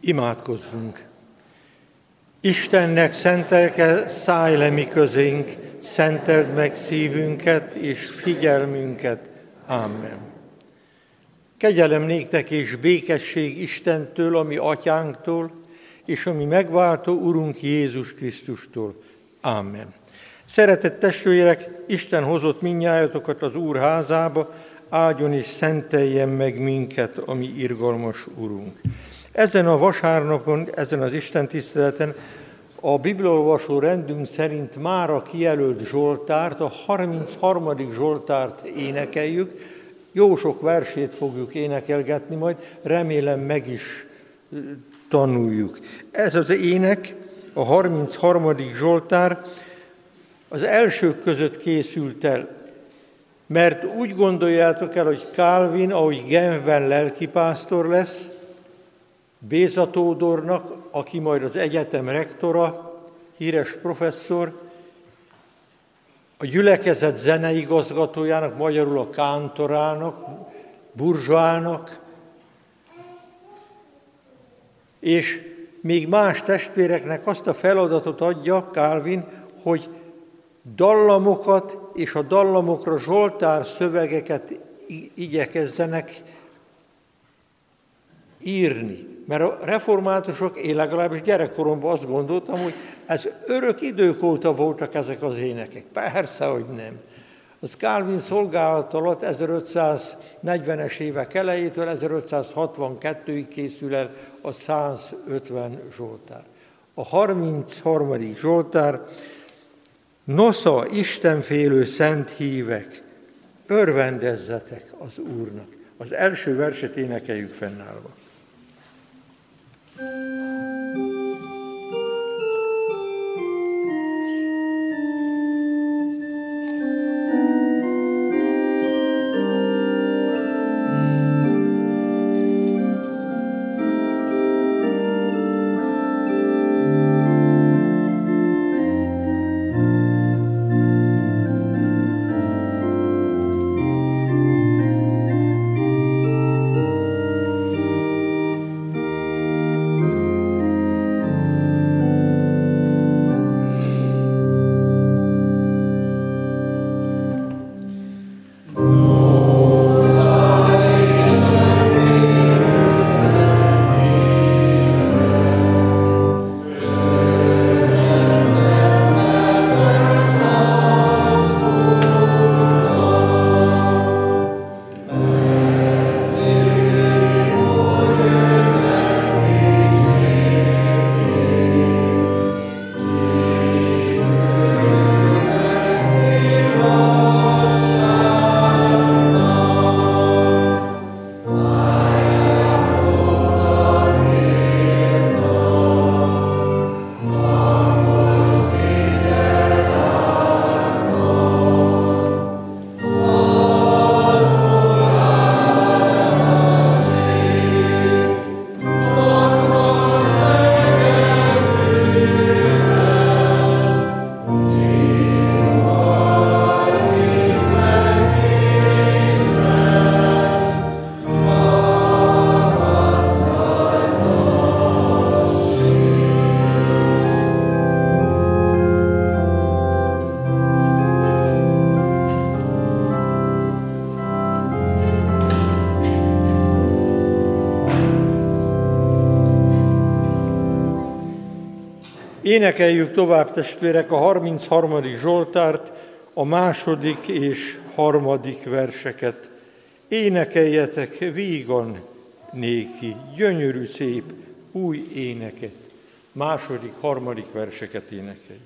Imádkozzunk! Istennek szent lelke, szállj le mi közénk, szenteld meg szívünket és figyelmünket. Amen. Kegyelem néktek és békesség Istentől, a mi atyánktól, és a mi megváltó Urunk Jézus Krisztustól. Amen. Szeretett testvérek, Isten hozott mindnyájatokat az Úr házába, áldjon és szenteljen meg minket, a mi irgalmas Urunk. Ezen a vasárnapon, ezen az Isten tiszteleten a bibliaolvasó rendünk szerint mára kijelölt Zsoltárt, a 33. Zsoltárt énekeljük. Jó sok versét fogjuk énekelgetni, majd remélem meg is tanuljuk. Ez az ének, a 33. Zsoltár az elsők között készült el, mert úgy gondoljátok el, hogy Calvin, ahogy Genfben lelkipásztor lesz, Béza Tódornak, aki majd az egyetem rektora, híres professzor, a gyülekezet zeneigazgatójának, magyarul a kántorának, burzsának, és még más testvéreknek azt a feladatot adja Calvin, hogy dallamokat és a dallamokra zsoltár szövegeket igyekezzenek írni. Mert a reformátusok, én legalábbis gyerekkoromban azt gondoltam, hogy ez örök idők óta voltak ezek az énekek. Persze, hogy nem. Az Calvin szolgálat alatt 1540-es évek elejétől 1562-ig készül el a 150 Zsoltár. A 33. Zsoltár: Nosza, istenfélő szent hívek, örvendezzetek az Úrnak. Az első verset énekeljük fennállva. Énekeljük tovább, testvérek, a 33. Zsoltárt, a második és harmadik verseket. Énekeljetek vígan néki, gyönyörű szép új éneket. Második, harmadik verseket énekeljük.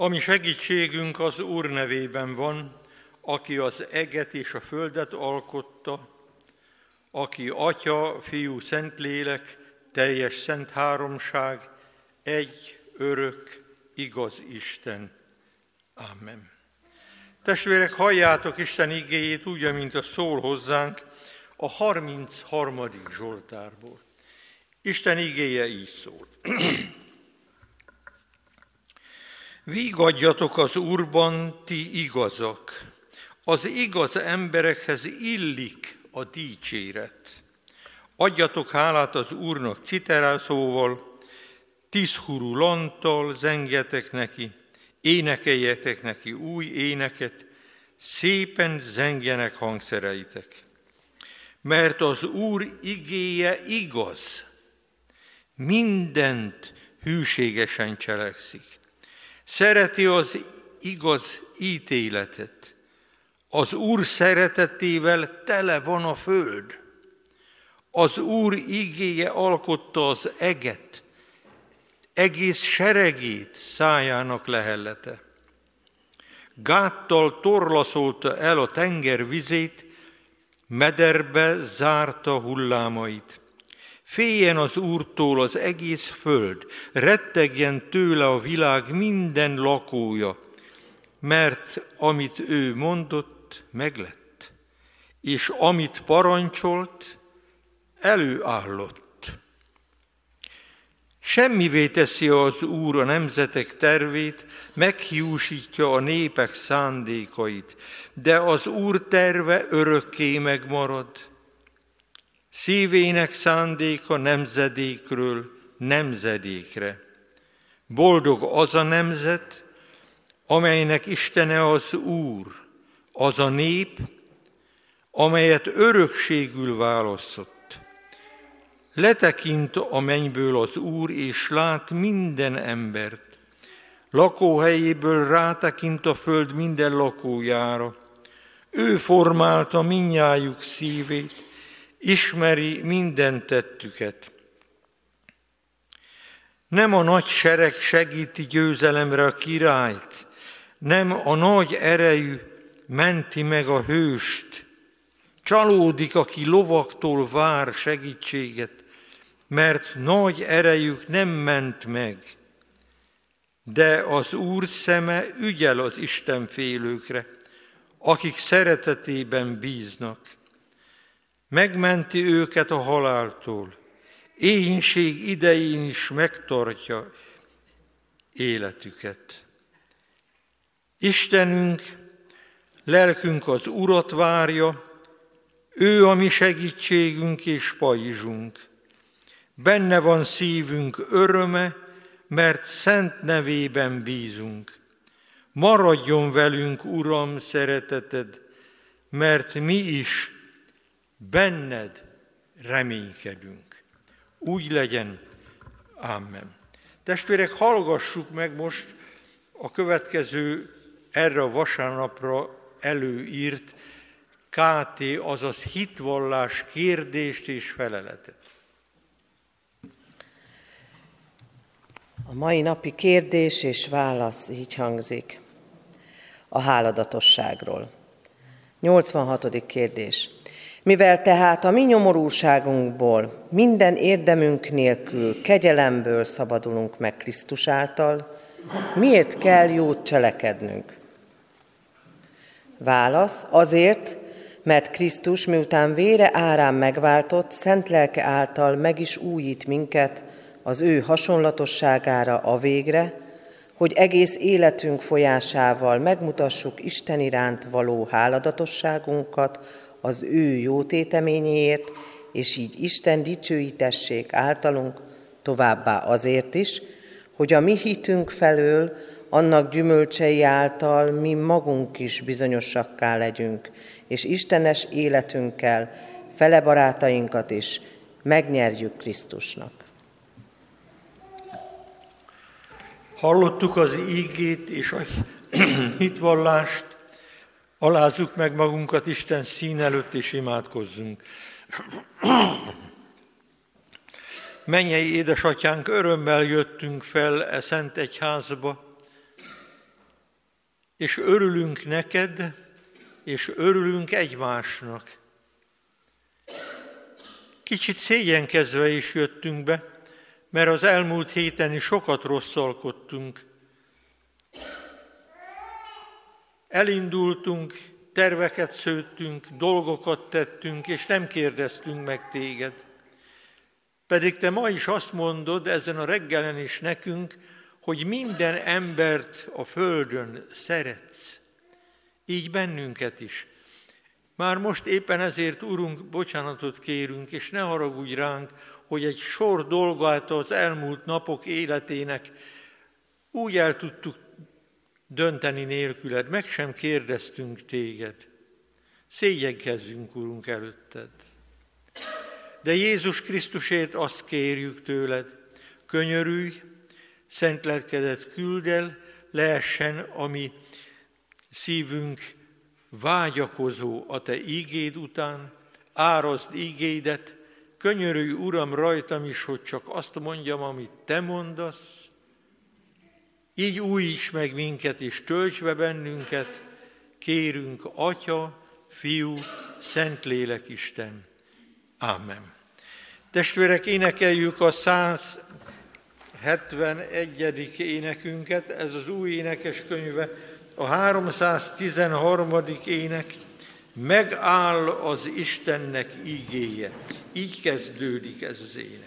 mi segítségünk az Úr nevében van, aki az eget és a földet alkotta, aki Atya, Fiú, Szentlélek, teljes szent háromság, egy, örök, igaz Isten. Amen. Testvérek, halljátok Isten igéjét úgy, amint az szól hozzánk a 33. Zsoltárból. Isten igéje így szól. Vígadjatok az Úrban, ti igazak. Az igaz emberekhez illik a dicséret. Adjatok hálát az Úrnak citerázóval, tiszhurú lanttal zengjetek neki, énekeljetek neki új éneket, szépen zengjenek hangszereitek. Mert az Úr igéje igaz, mindent hűségesen cselekszik. Szereti az igaz ítéletet. Az Úr szeretetével tele van a föld. Az Úr igéje alkotta az eget, egész seregét szájának lehellete. Gáttal torlaszolta el a tenger vizét, mederbe zárta hullámait. Féljen az Úrtól az egész föld, rettegjen tőle a világ minden lakója, mert amit ő mondott, meglett, és amit parancsolt, előállott. Semmivé teszi az Úr a nemzetek tervét, meghiúsítja a népek szándékait, de az Úr terve örökké megmarad. Szívének szándéka nemzedékről nemzedékre. Boldog az a nemzet, amelynek Istene az Úr, az a nép, amelyet örökségül választott. Letekint a mennyből az Úr, és lát minden embert. Lakóhelyéből rátekint a föld minden lakójára. Ő formálta mindnyájuk szívét, ismeri minden tettüket. Nem a nagy sereg segíti győzelemre a királyt, nem a nagy erejű menti meg a hőst. Csalódik, aki lovaktól vár segítséget, mert nagy erejük nem ment meg. De az Úr szeme ügyel az istenfélőkre, akik szeretetében bíznak. Megmenti őket a haláltól, éhínség idején is megtartja életüket. Istenünk, lelkünk az Urat várja, ő a mi segítségünk és pajzsunk. Benne van szívünk öröme, mert szent nevében bízunk. Maradjon velünk, Uram, szereteted, mert mi is benned reménykedünk. Úgy legyen. Amen. Testvérek, hallgassuk meg most a következő erre a vasárnapra előírt KT, azaz hitvallás kérdést és feleletet. A mai napi kérdés és válasz így hangzik. A háladatosságról. 86. kérdés. Mivel tehát a mi nyomorúságunkból, minden érdemünk nélkül, kegyelemből szabadulunk meg Krisztus által, miért kell jót cselekednünk? Válasz: azért, mert Krisztus miután vére árán megváltott, szent lelke által meg is újít minket az ő hasonlatosságára a végre, hogy egész életünk folyásával megmutassuk Isten iránt való háladatosságunkat az ő jó téteményéért, és így Isten dicsőítessék általunk, továbbá azért is, hogy a mi hitünk felől, annak gyümölcsei által mi magunk is bizonyosakká legyünk, és istenes életünkkel fele barátainkat is megnyerjük Krisztusnak. Hallottuk az ígét és a hitvallást, alázzuk meg magunkat Isten szín előtt és imádkozzunk. Mennyei édesatyánk, örömmel jöttünk fel e szent egyházba, és örülünk neked, és örülünk egymásnak. Kicsit szégyenkezve is jöttünk be, mert az elmúlt héten is sokat rosszalkodtunk. Elindultunk, terveket szőttünk, dolgokat tettünk, és nem kérdeztünk meg téged. Pedig te ma is azt mondod ezen a reggelen is nekünk, hogy minden embert a földön szeretsz. Így bennünket is. Már most éppen ezért, Urunk, bocsánatot kérünk, és ne haragudj ránk, hogy egy sor dolgát az elmúlt napok életének úgy el tudtuk dönteni nélküled, meg sem kérdeztünk téged. Szégyenkezzünk, Urunk, előtted. De Jézus Krisztusért azt kérjük tőled, könyörülj, szent lelkedet küld el, lehessen a mi szívünk vágyakozó a te ígéd után, áraszd ígédet, könyörülj, Uram, rajtam is, hogy csak azt mondjam, amit te mondasz, így újíts meg minket és tölts be bennünket, kérünk, Atya, Fiú, Szentlélek Isten. Ámen. Testvérek, énekeljük a 171. énekünket, ez az új énekeskönyve, a 313. ének, megáll az Istennek ígéje. Így kezdődik ez az ének.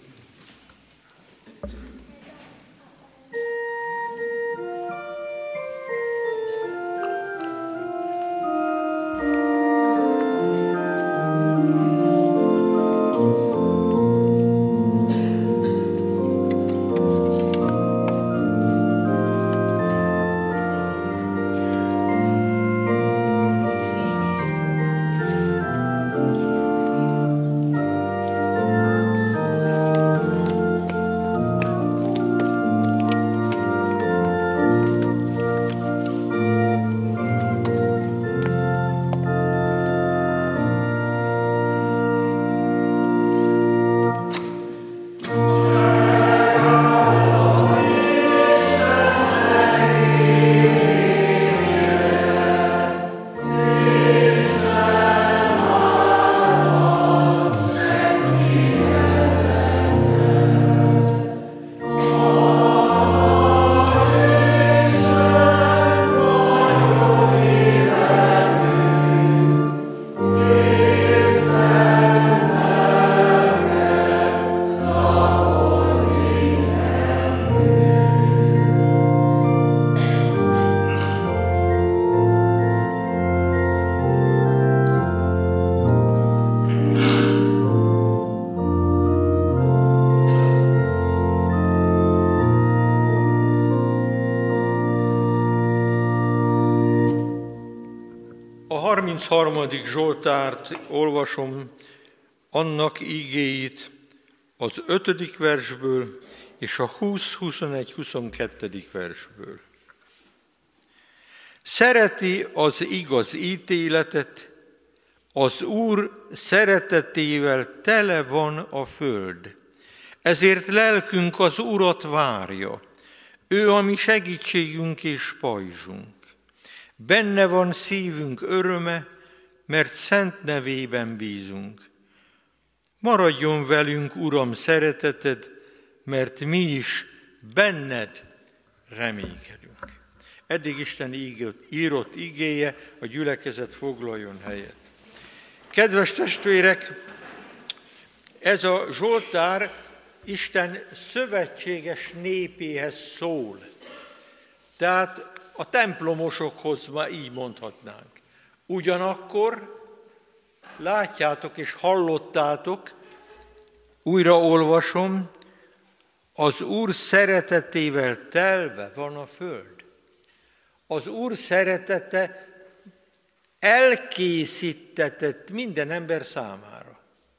A 33. Zsoltárt olvasom, annak ígéit az 5. versből és a 20, 21, 22. versből. Szereti az igaz ítéletet, az Úr szeretetével tele van a föld. Ezért lelkünk az Urat várja, ő a mi segítségünk és pajzsunk. Benne van szívünk öröme, mert szent nevében bízunk. Maradjon velünk, Uram, szereteted, mert mi is benned reménykedünk. Eddig Isten írott igéje, a gyülekezet foglaljon helyet. Kedves testvérek, ez a Zsoltár Isten szövetséges népéhez szól. Tehát a templomosokhoz már így mondhatnánk. Ugyanakkor látjátok és hallottátok, újra olvasom, az Úr szeretetével telve van a föld. Az Úr szeretete elkészítetett minden ember számára.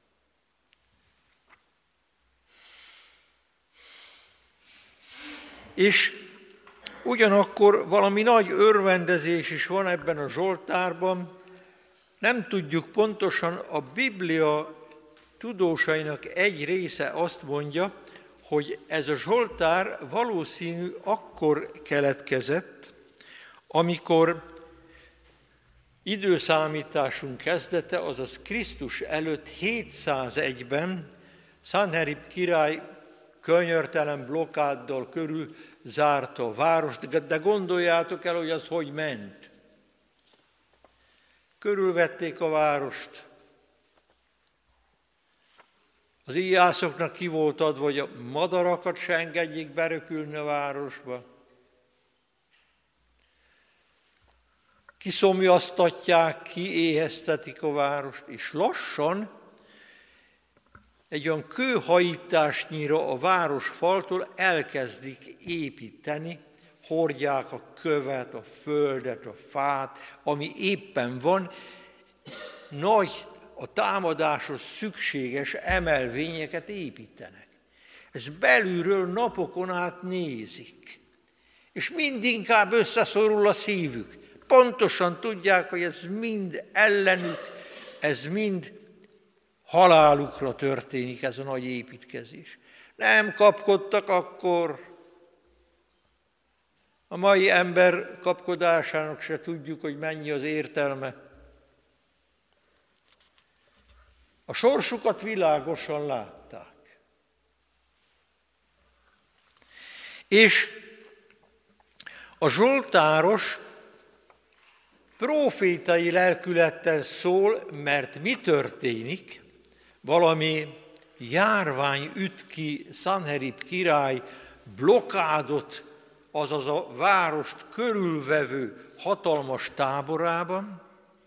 És ugyanakkor valami nagy örvendezés is van ebben a Zsoltárban. Nem tudjuk pontosan, a Biblia tudósainak egy része azt mondja, hogy ez a Zsoltár valószínű akkor keletkezett, amikor időszámításunk kezdete, azaz Krisztus előtt 701-ben Sanherib király könyörtelen blokkáddal körül zárta a várost, de gondoljátok el, hogy az hogy ment. Körülvették a várost. Az íjászoknak ki volt adva, hogy a madarakat se engedjék beröpülni a városba. Kiszomjaztatják, kiéheztetik a várost, és lassan egy olyan kőhajításnyira a városfaltól elkezdik építeni, hordják a követ, a földet, a fát, ami éppen van, nagy, a támadáshoz szükséges emelvényeket építenek. Ez belülről napokon át nézik, és mindinkább összeszorul a szívük. Pontosan tudják, hogy ez mind ellenük, ez mind halálukra történik, ez a nagy építkezés. Nem kapkodtak akkor. A mai ember kapkodásának se tudjuk, hogy mennyi az értelme. A sorsukat világosan látták. És a zsoltáros prófétai lelkülettel szól, mert mi történik? Valami járvány üt ki Sanherib király blokkádot, azaz a várost körülvevő hatalmas táborában.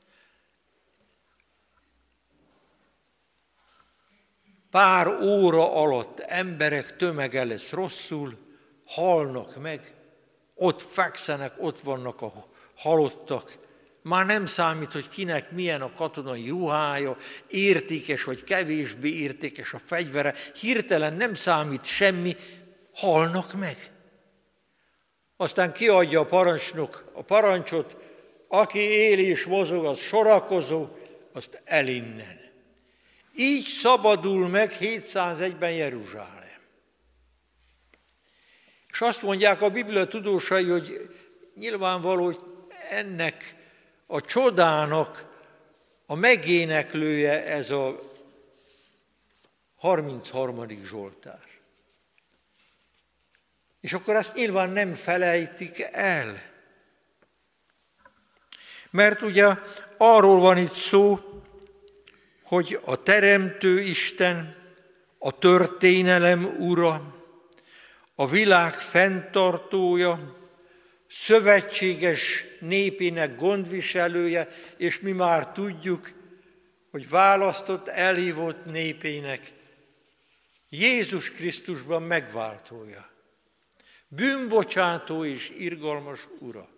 Pár óra alatt emberek tömege lesz rosszul, halnak meg, ott fekszenek, ott vannak a halottak. Már nem számít, hogy kinek milyen a katonai ruhája, értékes vagy kevésbé értékes a fegyvere, hirtelen nem számít semmi, halnak meg. Aztán kiadja a parancsnok a parancsot, aki él és mozog, az sorakozó, azt elinnen. Így szabadul meg 701-ben Jeruzsálem. És azt mondják a Biblia tudósai, hogy nyilvánvaló, hogy ennek a csodának a megéneklője ez a 33. Zsoltár. És akkor ezt nyilván nem felejtik el. Mert ugye arról van itt szó, hogy a Teremtő Isten, a történelem ura, a világ fenntartója, szövetséges népének gondviselője, és mi már tudjuk, hogy választott, elhívott népének Jézus Krisztusban megváltója, bűnbocsátó és irgalmas ura.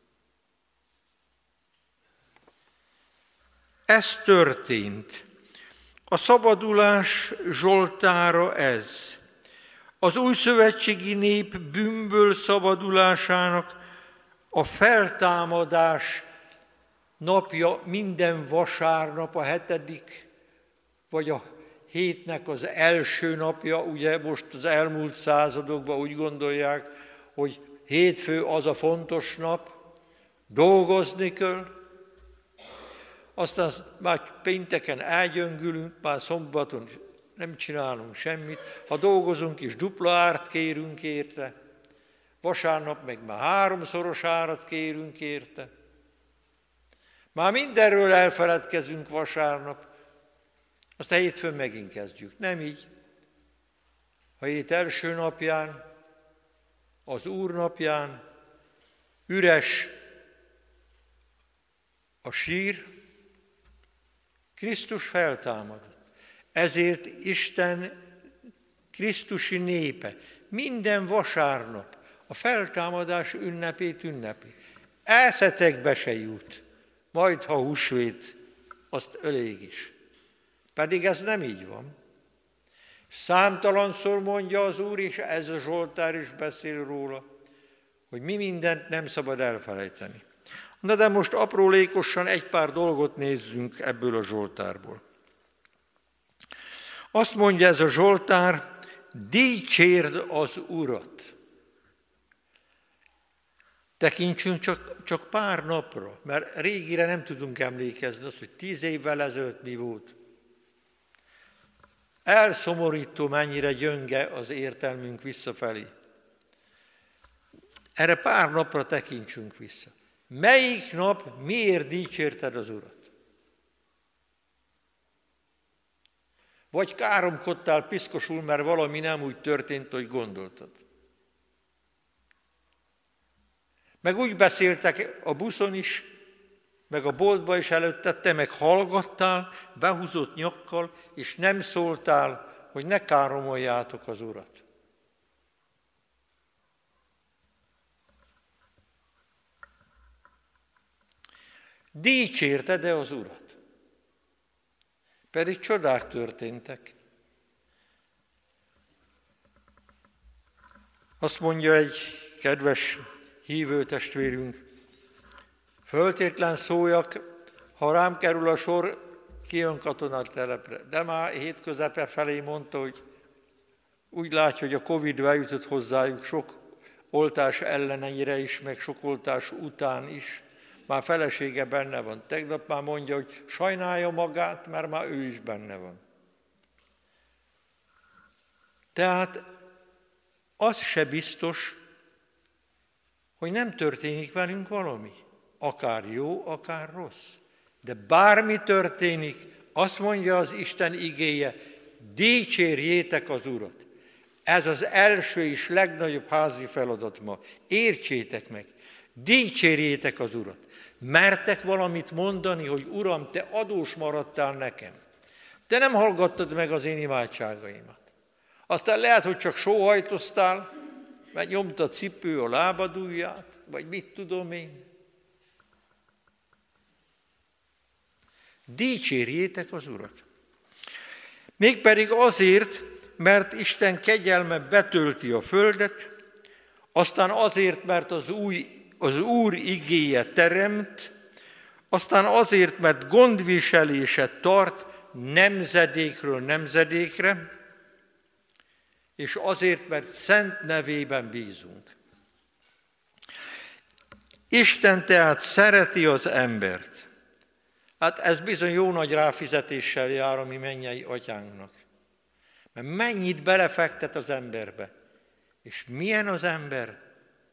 Ez történt. A szabadulás zsoltára ez. Az újszövetségi nép bűnből szabadulásának a feltámadás napja minden vasárnap, a 7. vagy a hétnek az első napja, ugye most az elmúlt századokban úgy gondolják, hogy hétfő az a fontos nap, dolgozni kell, aztán már pénteken elgyöngülünk, már szombaton nem csinálunk semmit, ha dolgozunk is dupla árat kérünk érte, vasárnap meg már 3-szoros árat kérünk érte. Már mindenről elfeledkezünk vasárnap, aztán hétfőn megint kezdjük. Nem így. A hét első napján, az Úr napján üres a sír, Krisztus feltámadott. Ezért Isten krisztusi népe minden vasárnap a feltámadás ünnepét ünnepi. Eszetekbe se jut, majd ha húsvét, azt elég is. Pedig ez nem így van. Számtalanszor mondja az Úr, és ez a Zsoltár is beszél róla, hogy mi mindent nem szabad elfelejteni. Na de most aprólékosan egy pár dolgot nézzünk ebből a Zsoltárból. Azt mondja ez a Zsoltár, dicsérd az Urat. Tekintsünk csak pár napra, mert régire nem tudunk emlékezni, az, hogy 10 évvel ezelőtt mi volt. Elszomorító, mennyire gyönge az értelmünk visszafelé. Erre pár napra tekintsünk vissza. Melyik nap miért dicsérted az Urat? Vagy káromkodtál piszkosul, mert valami nem úgy történt, hogy gondoltad. Meg úgy beszéltek a buszon is, meg a boltba is előtte, te meg hallgattál, behúzott nyakkal, és nem szóltál, hogy ne káromoljátok az Urat. Dicsérted-e az Urat? Pedig csodák történtek. Azt mondja egy kedves hívő testvérünk, föltétlen szóljak, ha rám kerül a sor, kijön katonatelepre. De már hét közepe felé mondta, hogy úgy látja, hogy a Covid bejutott hozzájuk sok oltás ellenére is, meg sok oltás után is. Már felesége benne van. Tegnap már mondja, hogy sajnálja magát, mert már ő is benne van. Tehát az se biztos, hogy nem történik velünk valami. Akár jó, akár rossz. De bármi történik, azt mondja az Isten igéje, dicsérjétek az Urat. Ez az első és legnagyobb házi feladat ma. Értsétek meg, dicsérjétek az Urat. Mertek valamit mondani, hogy Uram, te adós maradtál nekem. Te nem hallgattad meg az én imádságaimat. Aztán lehet, hogy csak sóhajtoztál, mert nyomta a cipő a lábadujját, vagy mit tudom én. Dicsérjétek az Urat. Mégpedig azért, mert Isten kegyelme betölti a földet, aztán azért, mert az Úr igéje teremt, aztán azért, mert gondviselése tart nemzedékről nemzedékre, és azért, mert szent nevében bízunk. Isten tehát szereti az embert. Hát ez bizony jó nagy ráfizetéssel jár a mi mennyei atyánknak. Mert mennyit belefektet az emberbe. És milyen az ember?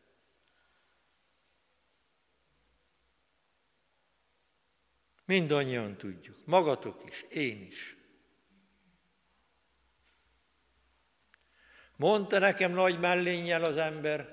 Mindannyian tudjuk. Magatok is, én is. Mondta nekem nagy mellénnyel az ember,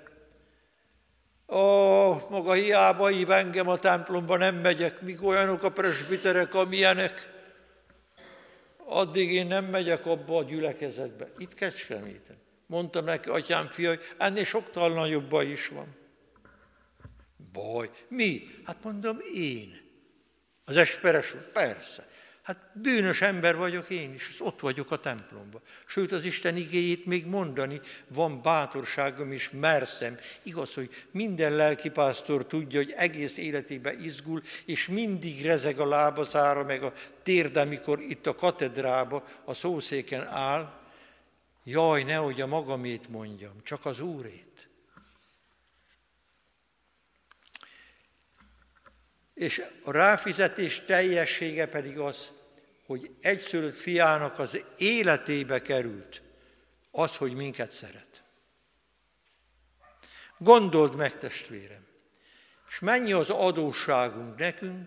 maga hiába hív engem a templomba, nem megyek, míg olyanok a presbiterek, amilyenek, addig én nem megyek abba a gyülekezetbe. Itt Kecskeméten. Mondtam neki, atyám, fia, hogy ennél sokkal nagyobb baj is van. Baj? Mi? Hát mondom, én. Az Esperes úr? Persze. Hát bűnös ember vagyok én is, ott vagyok a templomban. Sőt, az Isten igéjét még mondani, van bátorságom és merszem. Igaz, hogy minden lelkipásztor tudja, hogy egész életében izgul, és mindig rezeg a lábazára, meg a térde, amikor itt a katedrába, a szószéken áll. Jaj, nehogy a magamét mondjam, csak az Úrét. És a ráfizetés teljessége pedig az, hogy egyszülött fiának az életébe került az, hogy minket szeret. Gondold meg, testvérem, és mennyi az adósságunk nekünk,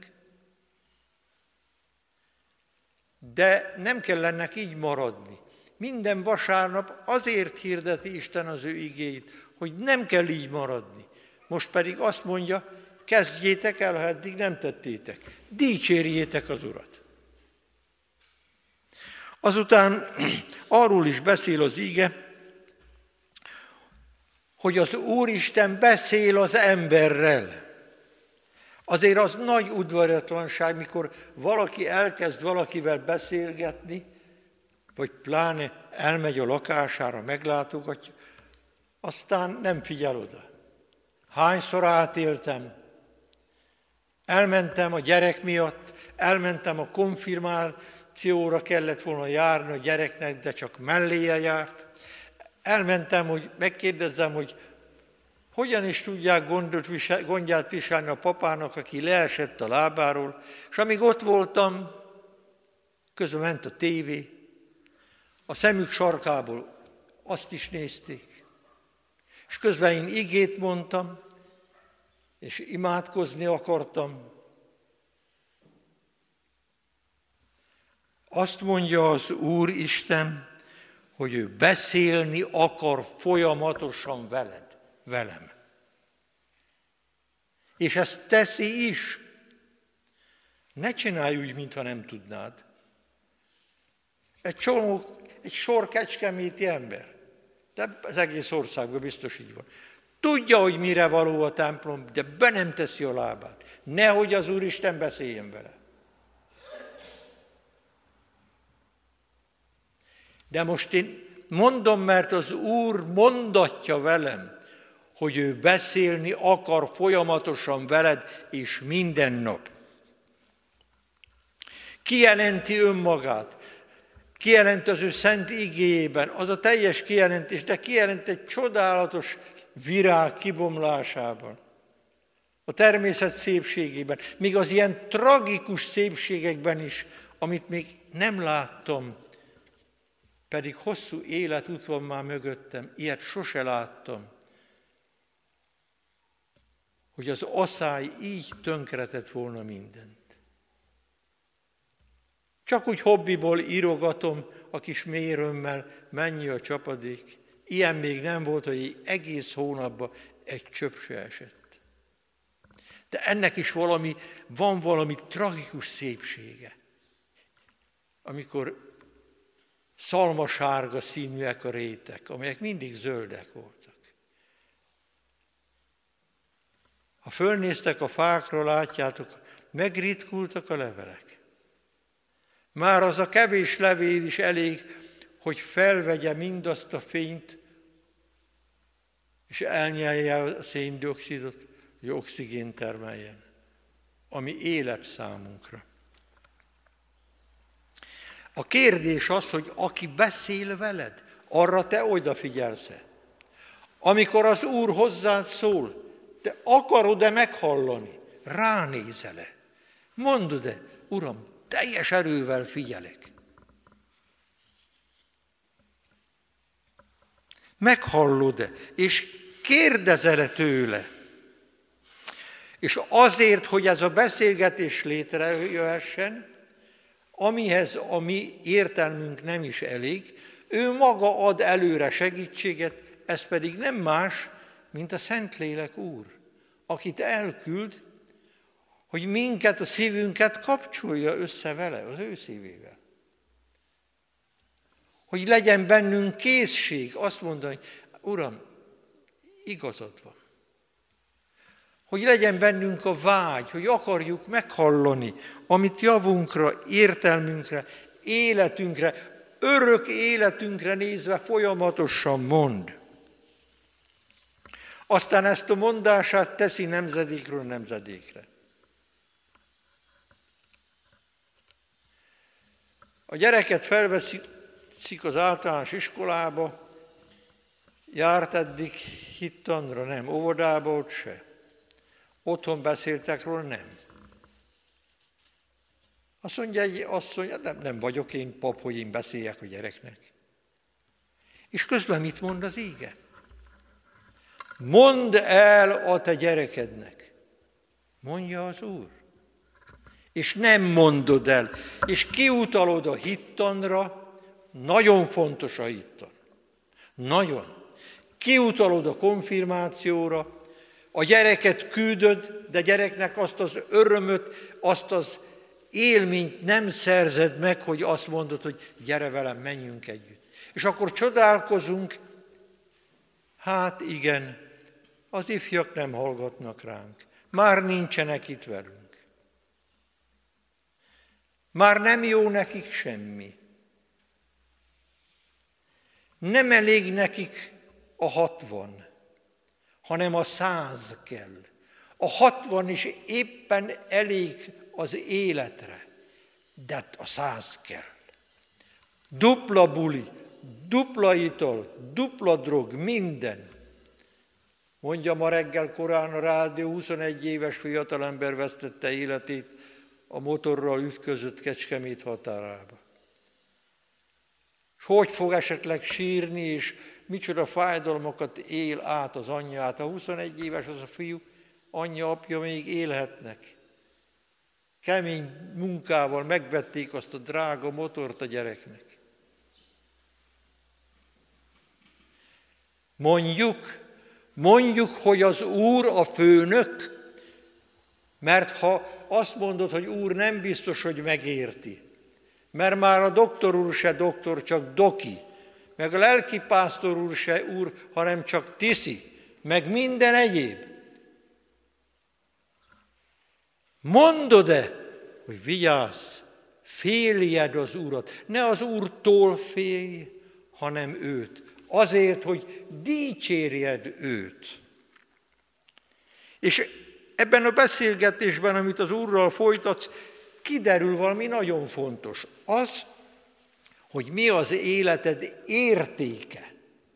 de nem kell ennek így maradni. Minden vasárnap azért hirdeti Isten az ő igéjét, hogy nem kell így maradni. Most pedig azt mondja, kezdjétek el, ha eddig nem tettétek. Dicsérjétek az Urat. Azután arról is beszél az ige, hogy az Úristen beszél az emberrel. Azért az nagy udvariatlanság, mikor valaki elkezd valakivel beszélgetni, vagy pláne elmegy a lakására, meglátogatja, aztán nem figyel oda. Hányszor átéltem, elmentem a gyerek miatt, elmentem a konfirmációra, kellett volna járni a gyereknek, de csak melléje járt. Elmentem, hogy megkérdezzem, hogy hogyan is tudják gondját viselni a papának, aki leesett a lábáról, és amíg ott voltam, közben ment a tévé, a szemük sarkából azt is nézték, és közben én igét mondtam, és imádkozni akartam. Azt mondja az Úr Isten, hogy ő beszélni akar folyamatosan velem. És ezt teszi is. Ne csinálj úgy, mintha nem tudnád. Egy sor kecskeméti ember, de az egész országban biztos így van. Tudja, hogy mire való a templom, de be nem teszi a lábát. Nehogy az Úristen beszéljen vele. De most én mondom, mert az Úr mondatja velem, hogy ő beszélni akar folyamatosan veled, és minden nap. Kijelenti önmagát, kijelent az ő szent igéjében, az a teljes kijelentés, de kijelent egy csodálatos virág kibomlásában, a természet szépségében, még az ilyen tragikus szépségekben is, amit még nem láttam, pedig hosszú életút van már mögöttem, ilyet sose láttam, hogy az aszály így tönkretett volna mindent. Csak úgy hobbiból írogatom a kis mérőmmel, mennyi a csapadék. Ilyen még nem volt, hogy egy egész hónapban egy csöpp se esett. De ennek is van valami tragikus szépsége. Amikor szalmasárga színűek a rétek, amelyek mindig zöldek voltak. Ha fölnéztek a fákra, látjátok, megritkultak a levelek. Már az a kevés levél is elég, hogy felvegye mindazt a fényt, és elnyelje a széndioxidot, hogy oxigént termeljen, ami élet számunkra. A kérdés az, hogy aki beszél veled, arra te odafigyelsz-e? Amikor az Úr hozzád szól, te akarod-e meghallani? Ránézel-e? Mondod-e, Uram, teljes erővel figyelek. Meghallod-e, és kérdezel-e tőle? És azért, hogy ez a beszélgetés létrejöhessen, amihez a mi értelmünk nem is elég, ő maga ad előre segítséget, ez pedig nem más, mint a Szentlélek Úr, akit elküld, hogy minket, a szívünket kapcsolja össze vele, az ő szívével. Hogy legyen bennünk készség azt mondani, Uram, igazad van. Hogy legyen bennünk a vágy, hogy akarjuk meghallani, amit javunkra, értelmünkre, életünkre, örök életünkre nézve folyamatosan mond. Aztán ezt a mondását teszi nemzedékről nemzedékre. A gyereket felveszik az általános iskolába, járt eddig hittanra, nem, óvodába ott se. Otthon beszéltek róla, nem. Azt mondja egy asszony, nem vagyok én pap, hogy én beszéljek a gyereknek. És közben mit mond az íge? Mondd el a te gyerekednek, mondja az Úr. És nem mondod el, és kiutalod a hittanra, nagyon fontos a hittan. Nagyon. Kiutalod a konfirmációra, a gyereket küldöd, de gyereknek azt az örömöt, azt az élményt nem szerzed meg, hogy azt mondod, hogy gyere velem, menjünk együtt. És akkor csodálkozunk, hát igen, az ifjak nem hallgatnak ránk, már nincsenek itt velünk. Már nem jó nekik semmi. Nem elég nekik a 60, hanem a 100 kell. A 60 is éppen elég az életre, de a 100 kell. Dupla buli, dupla ital, dupla drog, minden. Mondja, ma reggel korán a rádió, 21 éves fiatalember vesztette életét, a motorral ütközött Kecskemét határába. És hogy fog esetleg sírni, és micsoda fájdalmakat él át az anyját. A 21 éves az a fiú, anyja, apja még élhetnek. Kemény munkával megvették azt a drága motort a gyereknek. Mondjuk, hogy az Úr a főnök, mert ha azt mondod, hogy Úr, nem biztos, hogy megérti. Mert már a doktor úr se doktor, csak doki. Meg a lelkipásztor úr se úr, hanem csak tiszi. Meg minden egyéb. Mondod-e, hogy vigyázz, féljed az Urat. Ne az Úrtól félj, hanem őt. Azért, hogy dicsérjed őt. És ebben a beszélgetésben, amit az Úrral folytatsz, kiderül valami nagyon fontos. Az, hogy mi az életed értéke.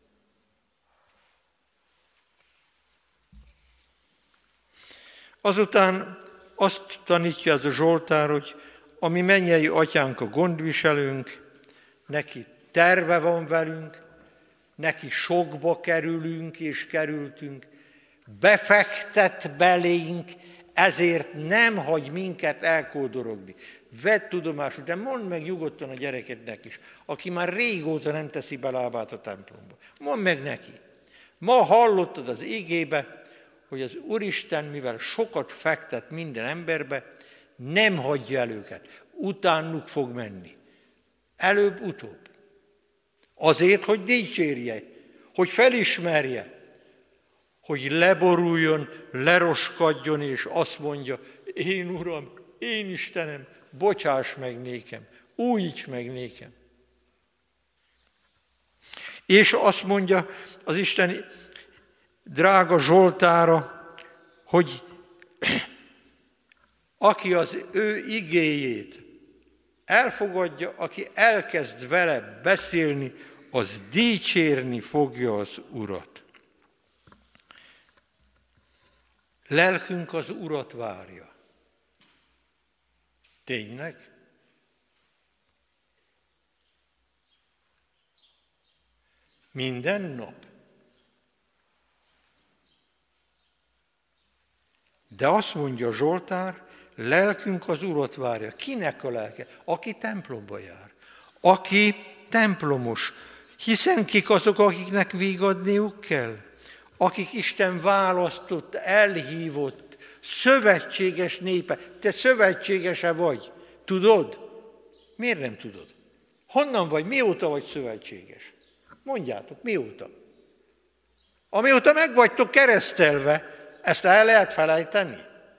Azután azt tanítja ez a Zsoltár, hogy a mi mennyei atyánk a gondviselőnk, neki terve van velünk, neki sokba kerülünk és kerültünk, befektet belénk, ezért nem hagy minket elkódorogni. Vedd tudomásul, de mondd meg nyugodtan a gyerekednek is, aki már régóta nem teszi be lábát a templomba. Mondd meg neki. Ma hallottad az igébe, hogy az Úristen, mivel sokat fektet minden emberbe, nem hagyja el őket. Utánuk fog menni. Előbb-utóbb. Azért, hogy dicsérje, hogy felismerje, hogy leboruljon, leroskadjon, és azt mondja, én Uram, én Istenem, bocsáss meg nékem, újíts meg nékem. És azt mondja az Isten drága Zsoltára, hogy aki az ő igéjét elfogadja, aki elkezd vele beszélni, az dicsérni fogja az Urat. Lelkünk az Urat várja. Tényleg? Minden nap. De azt mondja Zsoltár, lelkünk az Urat várja. Kinek a lelke? Aki templomba jár. Aki templomos. Hiszen kik azok, akiknek vígadniuk kell? Akik Isten választott, elhívott, szövetséges népe. Te szövetségese vagy. Tudod? Miért nem tudod? Honnan vagy? Mióta vagy szövetséges? Mondjátok, mióta? Amióta meg vagytok keresztelve, ezt el lehet felejteni?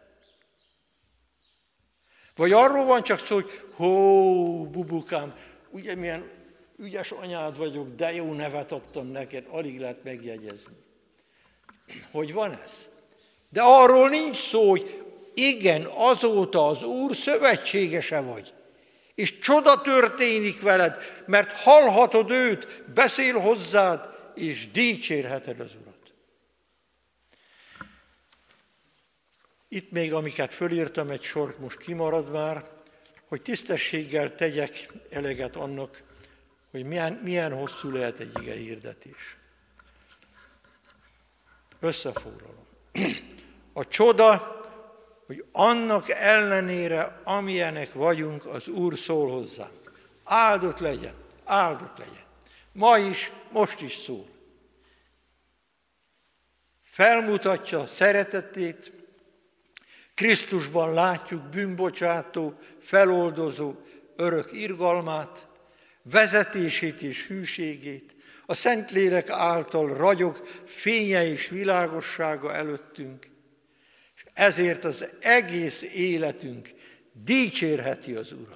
Vagy arról van csak szó, hogy bubukám, ugye milyen ügyes anyád vagyok, de jó nevet adtam neked, alig lehet megjegyezni. Hogy van ez? De arról nincs szó, hogy igen, azóta az Úr szövetségese vagy. És csoda történik veled, mert hallhatod őt, beszél hozzád, és dicsérheted az Urat. Itt még, amiket fölírtam, egy sor most kimarad már, hogy tisztességgel tegyek eleget annak, hogy milyen hosszú lehet egy ige hirdetés. Összefoglalom. A csoda, hogy annak ellenére, amilyenek vagyunk, az Úr szól hozzánk. Áldott legyen, áldott legyen. Ma is, most is szól. Felmutatja szeretetét, Krisztusban látjuk bűnbocsátó, feloldozó, örök irgalmát, vezetését és hűségét, a Szentlélek által ragyog fénye és világossága előttünk, és ezért az egész életünk dicsérheti az Urat.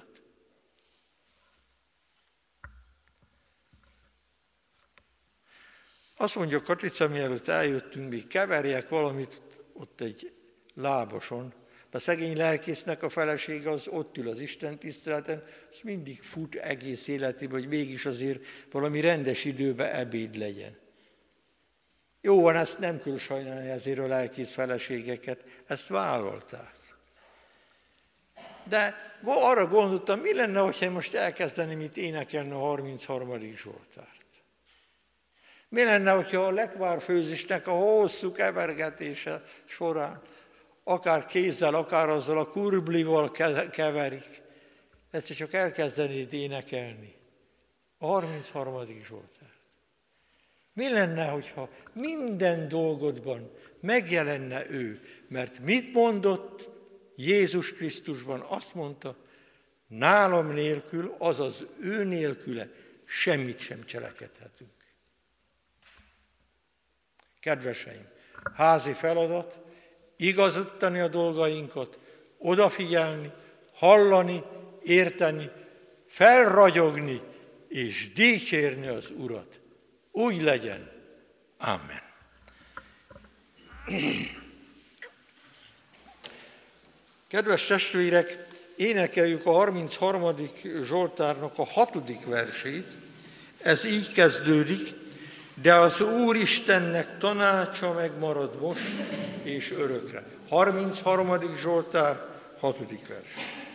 Azt mondja Katica, mielőtt eljöttünk, még keverjek valamit ott egy lábason. A szegény lelkésznek a felesége az ott ül az Isten tiszteleten, az mindig fut egész életében, hogy mégis azért valami rendes időben ebéd legyen. Jó van, ezt nem kell sajnálni ezért a lelkész feleségeket, ezt vállalták. De arra gondoltam, mi lenne, hogyha én most elkezdeném itt énekelni a 33. Zsoltárt? Mi lenne, hogyha a lekvárfőzésnek a hosszú kevergetése során, akár kézzel, akár azzal a kurblival keverik, egyszer csak elkezdenéd énekelni a 33. Zsoltárt? Mi lenne, hogyha minden dolgodban megjelenne ő? Mert mit mondott Jézus Krisztusban? Azt mondta, nálam nélkül, azaz ő nélküle semmit sem cselekedhetünk. Kedveseim, házi feladat, igazítani a dolgainkat, odafigyelni, hallani, érteni, felragyogni és dicsérni az Urat. Úgy legyen. Amen. Kedves testvérek, énekeljük a 33. Zsoltárnak a 6. versét. Ez így kezdődik, de az Úristennek tanácsa megmarad most és örökre. 33. Zsoltár, 6. vers.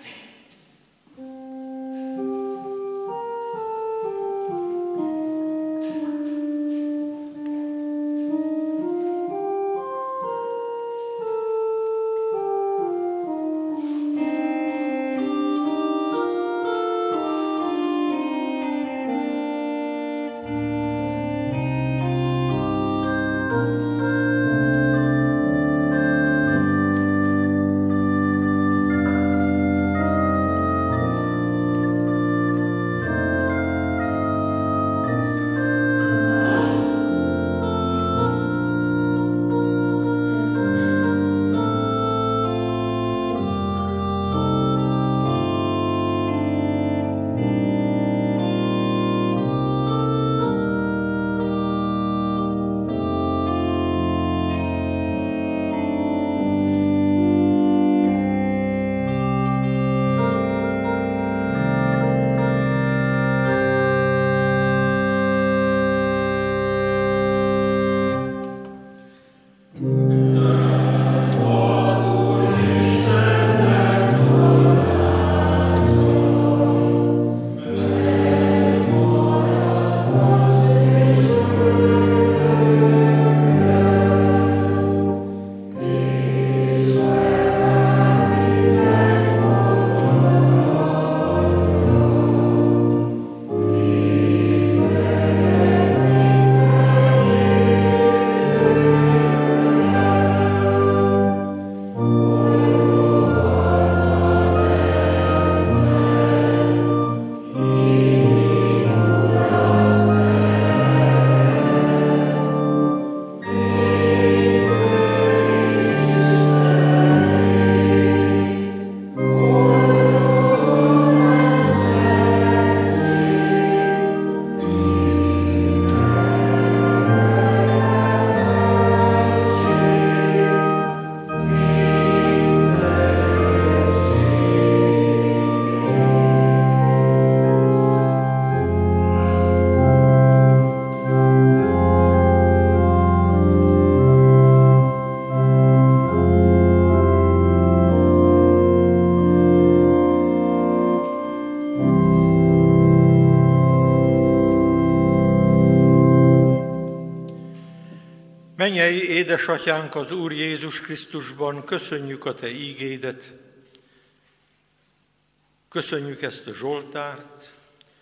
Mennyei édesatyánk az Úr Jézus Krisztusban, köszönjük a Te ígédet, köszönjük ezt a Zsoltárt,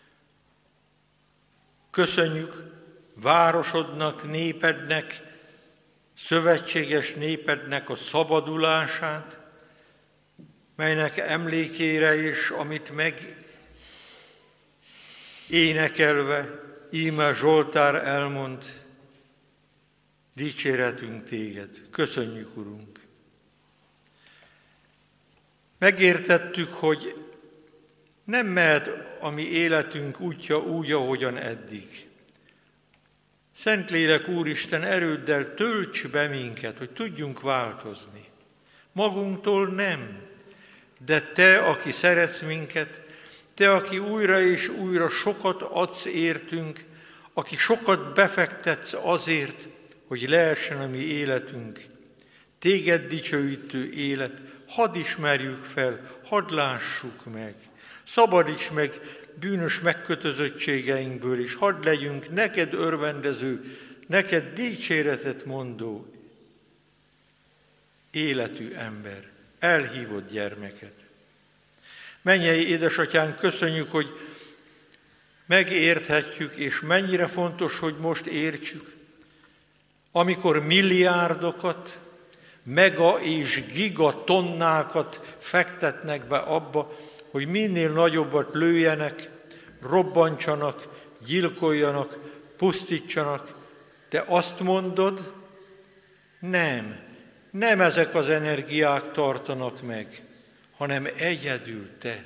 köszönjük városodnak, népednek, szövetséges népednek a szabadulását, melynek emlékére is, amit énekelve, íme Zsoltár elmond, dicséretünk Téged. Köszönjük, Urunk! Megértettük, hogy nem mehet a mi életünk útja úgy, ahogyan eddig. Szentlélek Úristen, erőddel tölts be minket, hogy tudjunk változni. Magunktól nem, de Te, aki szeretsz minket, Te, aki újra és újra sokat adsz értünk, aki sokat befektetsz azért, hogy lehessen a mi életünk, téged dicsőítő élet, hadd ismerjük fel, hadd lássuk meg. Szabadíts meg bűnös megkötözöttségeinkből, és hadd legyünk neked örvendező, neked dicséretet mondó életű ember, elhívott gyermeked. Mennyei édesatyánk, köszönjük, hogy megérthetjük, és mennyire fontos, hogy most értsük, amikor milliárdokat, mega és gigatonnákat fektetnek be abba, hogy minél nagyobbat lőjenek, robbantsanak, gyilkoljanak, pusztítsanak. Te azt mondod, nem ezek az energiák tartanak meg, hanem egyedül te.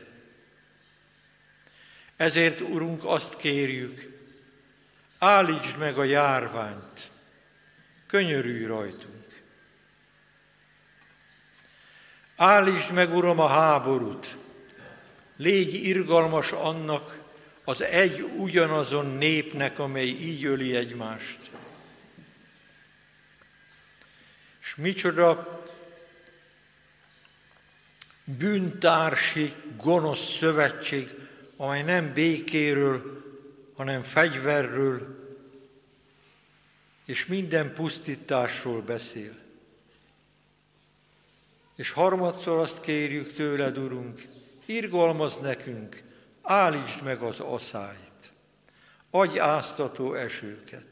Ezért, Urunk, azt kérjük, állítsd meg a járványt, könyörülj rajtunk. Állítsd meg, Uram, a háborút, légy irgalmas annak az egy ugyanazon népnek, amely így öli egymást. És micsoda bűntársi, gonosz szövetség, amely nem békéről, hanem fegyverről és minden pusztításról beszél. És harmadszor azt kérjük tőled, Urunk, irgalmazd nekünk, állítsd meg az aszályt, adj áztató esőket.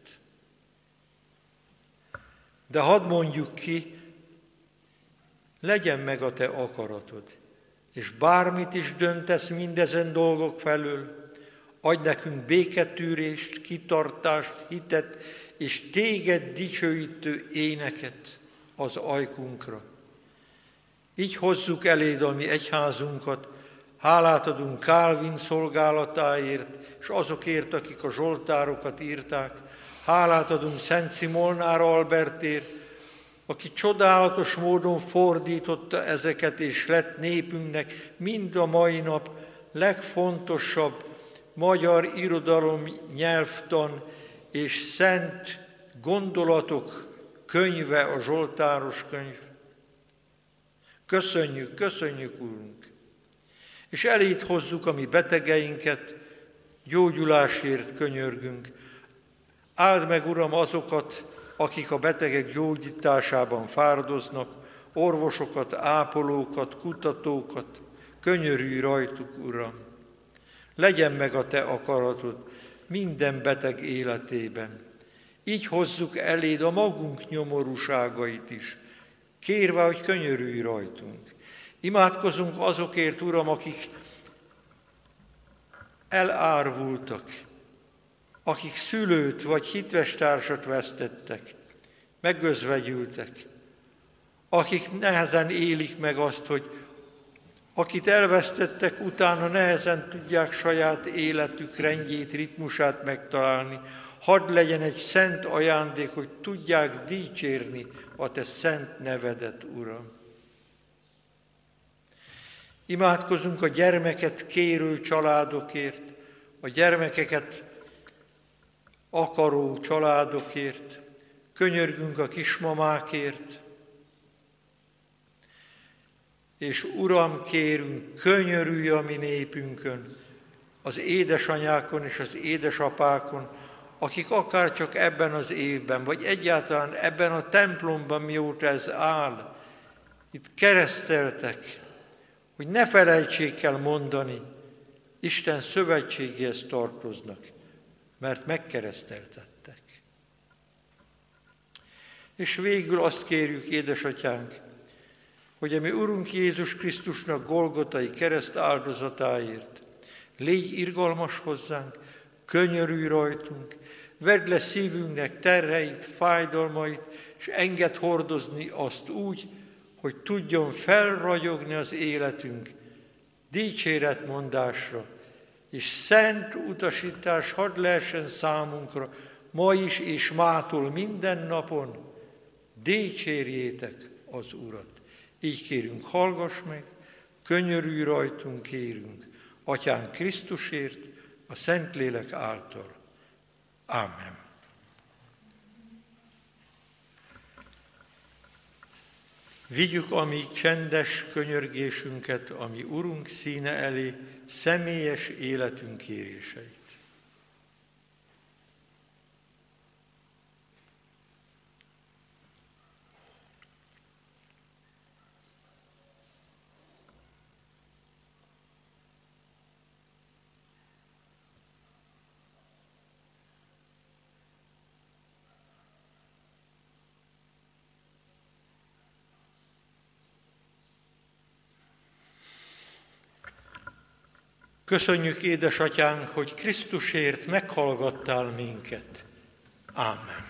De hadd mondjuk ki, legyen meg a te akaratod, és bármit is döntesz mindezen dolgok felől, adj nekünk béketűrést, kitartást, hitet, és téged dicsőítő éneket az ajkunkra. Így hozzuk eléd a mi egyházunkat, hálát adunk Calvin szolgálatáért, és azokért, akik a zsoltárokat írták, hálát adunk Szent Szimolnár Albertért, aki csodálatos módon fordította ezeket, és lett népünknek mind a mai nap legfontosabb magyar irodalom, nyelvtan és szent gondolatok könyve, a zsoltáros könyv. Köszönjük, köszönjük, Úrunk! És eléd hozzuk a mi betegeinket, gyógyulásért könyörgünk. Áld meg, Uram, azokat, akik a betegek gyógyításában fáradoznak, orvosokat, ápolókat, kutatókat, könyörülj rajtuk, Uram! Legyen meg a te akaratod minden beteg életében. Így hozzuk eléd a magunk nyomorúságait is, kérve, hogy könyörülj rajtunk. Imádkozunk azokért, Uram, akik elárvultak, akik szülőt vagy hitvestársat vesztettek, megözvegyültek, akik nehezen élik meg azt, hogy akit elvesztettek, utána nehezen tudják saját életük rendjét, ritmusát megtalálni. Hadd legyen egy szent ajándék, hogy tudják dicsérni a te szent nevedet, Uram. Imádkozunk a gyermeket kérő családokért, a gyermekeket akaró családokért, könyörgünk a kismamákért, és Uram, kérünk, könyörülj a mi népünkön, az édesanyákon és az édesapákon, akik akár csak ebben az évben, vagy egyáltalán ebben a templomban, mióta ez áll, itt kereszteltek, hogy ne felejtsék el mondani, Isten szövetségéhez tartoznak, mert megkereszteltettek. És végül azt kérjük, édesatyánk, hogy a mi Urunk Jézus Krisztusnak Golgotai kereszt áldozatáért légy irgalmas hozzánk, könyörülj rajtunk, vedd le szívünknek terheit, fájdalmait, és engedd hordozni azt úgy, hogy tudjon felragyogni az életünk dicséretmondásra, és szent utasítás hadd lehessen számunkra ma is és mától minden napon, dicsérjétek az Urat. Így kérünk, hallgass meg, könyörülj rajtunk, kérünk, Atyánk Krisztusért, a Szentlélek által. Ámen. Vigyük a mi csendes könyörgésünket, a mi Urunk színe elé, személyes életünk kéréseit. Köszönjük, édesatyánk, hogy Krisztusért meghallgattál minket. Ámen.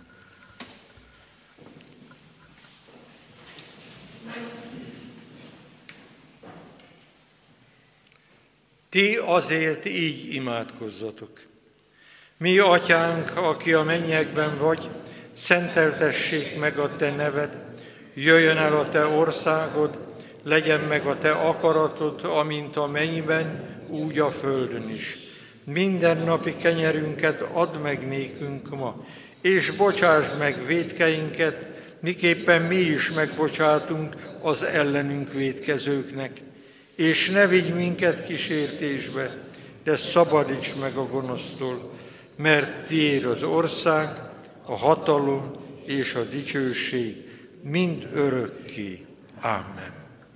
Ti azért így imádkozzatok. Mi, atyánk, aki a mennyekben vagy, szenteltessék meg a te neved, jöjjön el a te országod, legyen meg a te akaratod, amint a mennyben, úgy a földön is. Mindennapi kenyerünket add meg nékünk ma, és bocsásd meg vétkeinket, miképpen mi is megbocsátunk az ellenünk vétkezőknek. És ne vigy minket kísértésbe, de szabadíts meg a gonosztól, mert tiéd az ország, a hatalom és a dicsőség mind örökké. Ámen.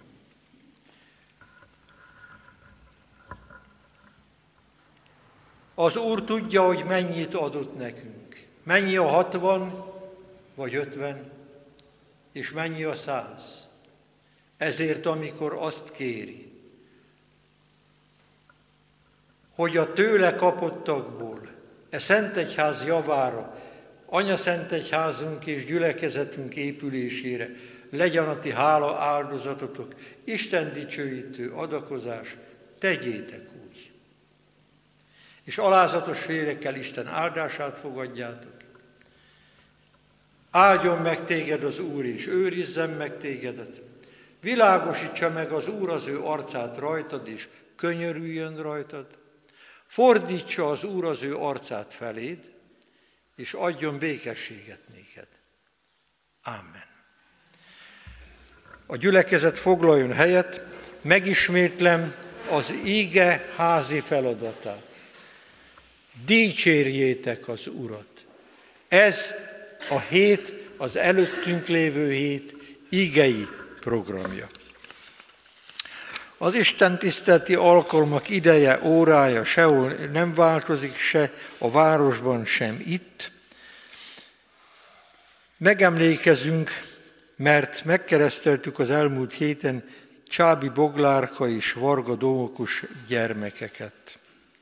Az Úr tudja, hogy mennyit adott nekünk. Mennyi a 60 vagy 50, és mennyi a 100. Ezért, amikor azt kéri, hogy a tőle kapottakból, Szentegyház javára, Anyaszentegyházunk és gyülekezetünk épülésére legyen a ti hála áldozatotok, Isten dicsőítő adakozás, tegyétek úgy. És alázatos félekkel Isten áldását fogadjátok. Áldjon meg téged az Úr, és őrizzen meg tégedet. Világosítsa meg az Úr az ő arcát rajtad, és könyörüljön rajtad. Fordítsa az Úr az ő arcát feléd, és adjon békességet néked. Ámen. A gyülekezet foglaljon helyet, megismétlem az íge házi feladatát. Dicsérjétek az Urat. Ez a hét, az előttünk lévő hét ígei programja. Az Isten tiszteleti alkalmak ideje, órája sehol nem változik, se a városban, sem itt. Megemlékezünk, mert megkereszteltük az elmúlt héten Csábi Boglárka és Varga Domokos gyermekeket.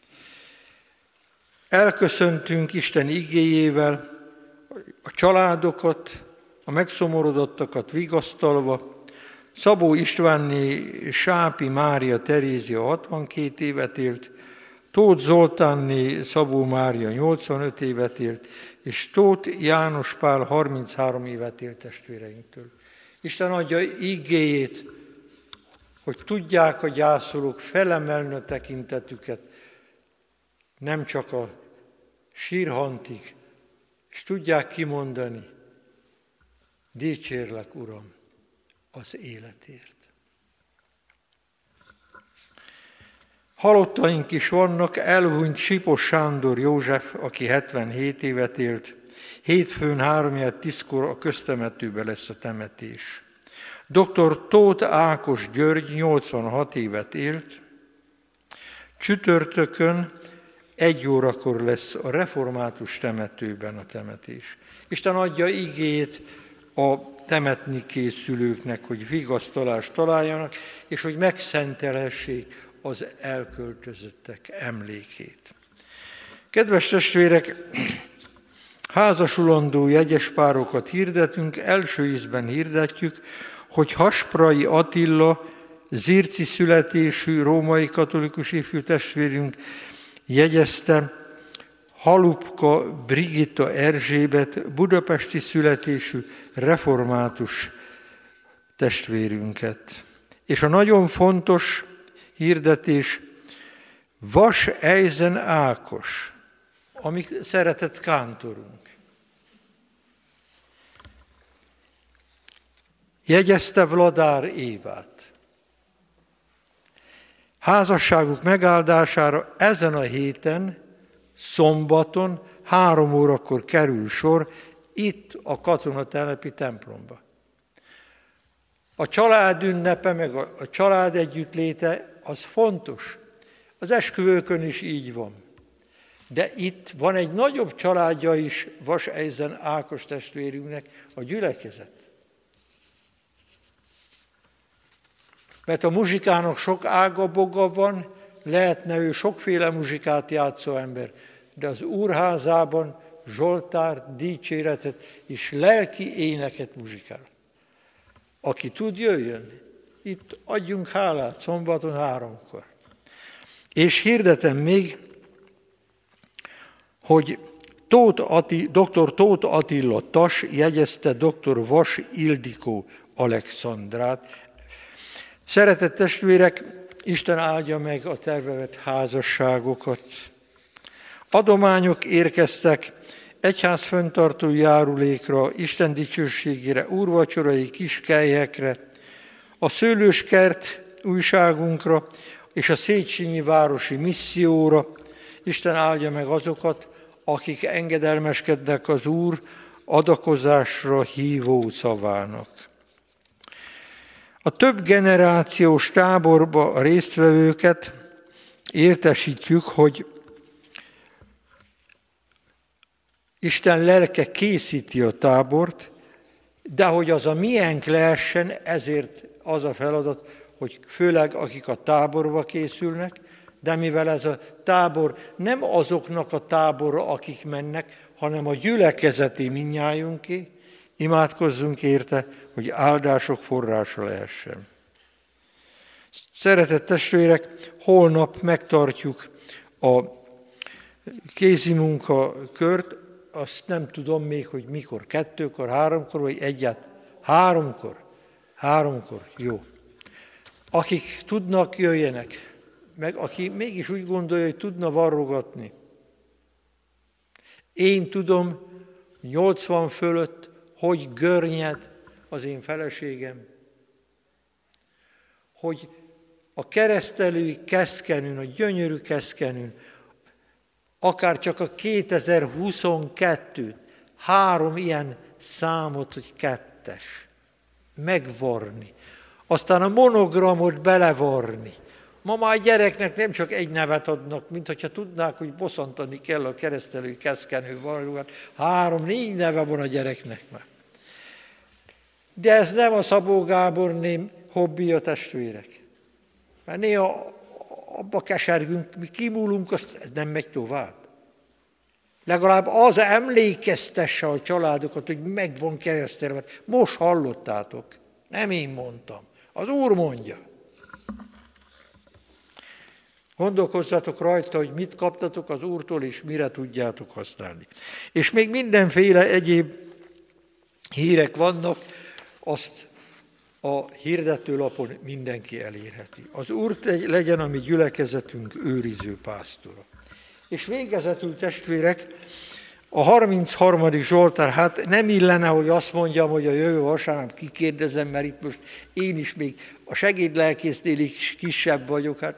Elköszöntünk Isten igéjével a családokat, a megszomorodottakat vigasztalva. Szabó Istvánné Sápi Mária Terézia 62 évet élt, Tóth Zoltánné Szabó Mária 85 évet élt, és Tóth János Pál 33 évet élt testvéreinktől. Isten adja igéjét, hogy tudják a gyászolók felemelni a tekintetüket, nem csak a sírhantig, és tudják kimondani, dicsérlek, Uram, az életért. Halottaink is vannak, elhunyt Sipos Sándor József, aki 77 évet élt, hétfőn 3-10-kor a köztemetőben lesz a temetés. Dr. Tóth Ákos György 86 évet élt, csütörtökön 1 órakor lesz a református temetőben a temetés. Isten adja igét a temetni készülőknek, hogy vigasztalást találjanak, és hogy megszentelhessék az elköltözöttek emlékét. Kedves testvérek, házasulandó jegyes párokat hirdetünk, első ízben hirdetjük, hogy Hasprai Attila, zirci születésű római katolikus ifjú testvérünk jegyezte Halupka Brigitta Erzsébet, budapesti születésű református testvérünket. És a nagyon fontos hirdetés, Vas Eisen Ákos, ami szeretett kántorunk. jegyezte Vladár Évát. Házasságuk megáldására ezen a héten, szombaton 3 órakor kerül sor itt a katonatelepi templomba. A család ünnepe, meg a család együttléte, az fontos. Az esküvőkön is így van. De itt van egy nagyobb családja is Vasejzen Ákos testvérünknek, a gyülekezet. Mert a muzsikának sok ága-boga van, lehetne ő sokféle muzsikát játszó ember, de az úrházában zsoltárt, dicséretet és lelki éneket muzsikál. Aki tud, jöjjön. Itt adjunk hálát szombaton 3-kor. És hirdetem még, hogy dr. Tóth Attila Tas jegyezte dr. Vas Ildikó Alexandrát. Szeretett testvérek, Isten áldja meg a tervevett házasságokat. Adományok érkeztek egyház fenntartó járulékra, Isten dicsőségére, úrvacsorai kiskelyhekre, a Szőlőskert újságunkra és a Széchenyi városi misszióra. Isten áldja meg azokat, akik engedelmeskednek az Úr adakozásra hívó szavának. A több generációs táborba a résztvevőket értesítjük, hogy Isten lelke készíti a tábort, de hogy az a miénk lehessen, ezért az a feladat, hogy főleg akik a táborba készülnek, de mivel ez a tábor nem azoknak a tábora, akik mennek, hanem a gyülekezeti mindnyájunké, imádkozzunk érte, hogy áldások forrása lehessen. Szeretett testvérek, holnap megtartjuk a kézimunkakört, azt nem tudom még, hogy mikor, 2-kor, 3-kor, vagy egyáltalán 3-kor, jó. Akik tudnak, jöjjenek, meg aki mégis úgy gondolja, hogy tudna varrogatni. Én tudom, 80 fölött, hogy görnyed az én feleségem, hogy a keresztelői keszkenűn, a gyönyörű keszkenűn, akár csak a 2022-t, 3 ilyen számot, hogy 2-es, megvarni. Aztán a monogramot belevarni. Ma már a gyereknek nem csak egy nevet adnak, mint hogyha tudnák, hogy bosszantani kell a keresztelői keszkenő varrókat. 3-4 neve van a gyereknek már. De ez nem a Szabó Gáborné hobbi, a testvérek. Mert néha abba kesergünk, mi kimúlunk, azt nem megy tovább. Legalább az emlékeztesse a családokat, hogy meg van keresztelve. Most hallottátok, nem én mondtam, az Úr mondja. Gondolkozzatok rajta, hogy mit kaptatok az Úrtól, és mire tudjátok használni. És még mindenféle egyéb hírek vannak, azt a hirdetőlapon mindenki elérheti. Az Úr legyen a mi gyülekezetünk őriző pásztora. És végezetül, testvérek, a 33. Zsoltár, hát nem illene, hogy azt mondjam, hogy a jövő vasárnap kikérdezem, mert itt most én is még a segédlelkésznél is kisebb vagyok, hát.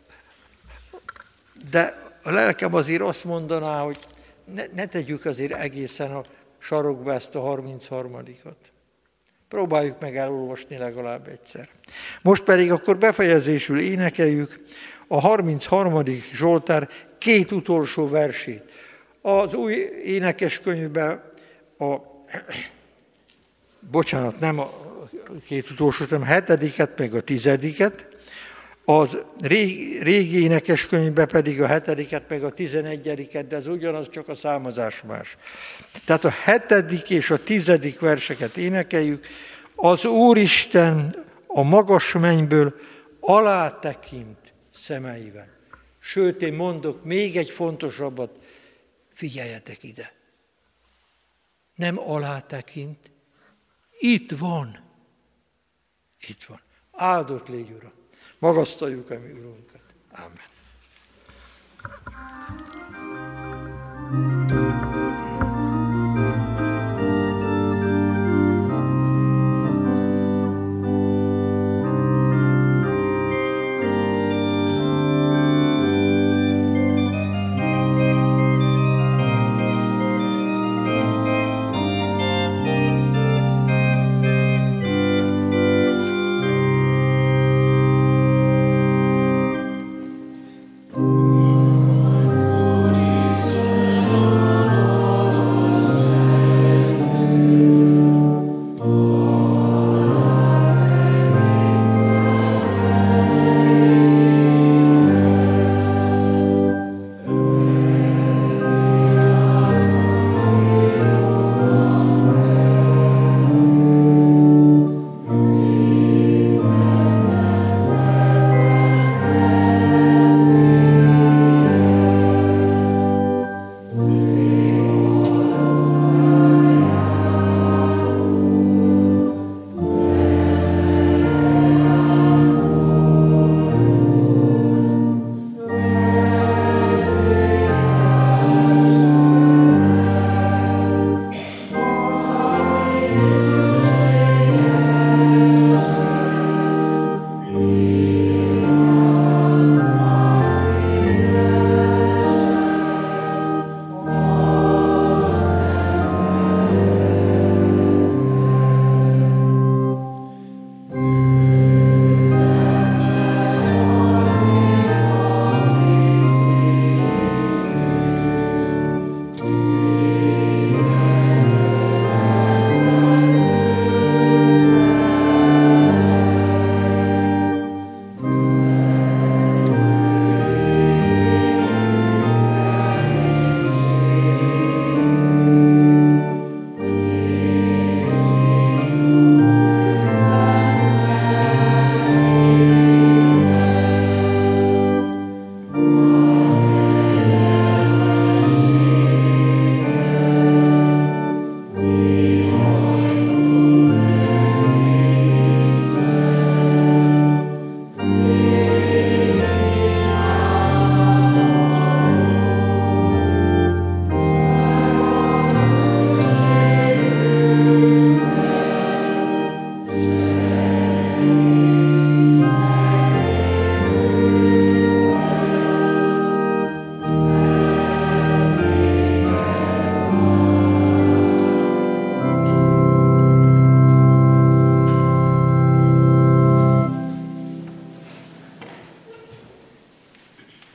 De a lelkem azért azt mondaná, hogy ne tegyük azért egészen a sarokba ezt a 33-at. Próbáljuk meg elolvasni legalább egyszer. Most pedig akkor befejezésül énekeljük a 33. Zsoltár 2 utolsó versét. Az új énekeskönyvben nem a 2 utolsót, hanem a 7. meg a 10. Az régi énekeskönyvben pedig a 7. meg a 11. de ez ugyanaz, csak a számozás más. Tehát a 7. és a 10. verseket énekeljük. Az Úristen a magas mennyből alátekint szemeivel. Sőt, én mondok még egy fontosabbat, figyeljetek ide. Nem alátekint, itt van. Itt van. Áldott légy, Uram. Magasztaljuk a mi Urunkat. Amen.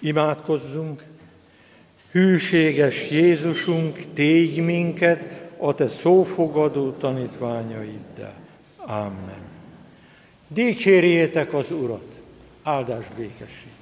Imádkozzunk! Hűséges Jézusunk, tégy minket a Te szófogadó tanítványaiddal. Amen. Dicsérjétek az Urat! Áldás békesség!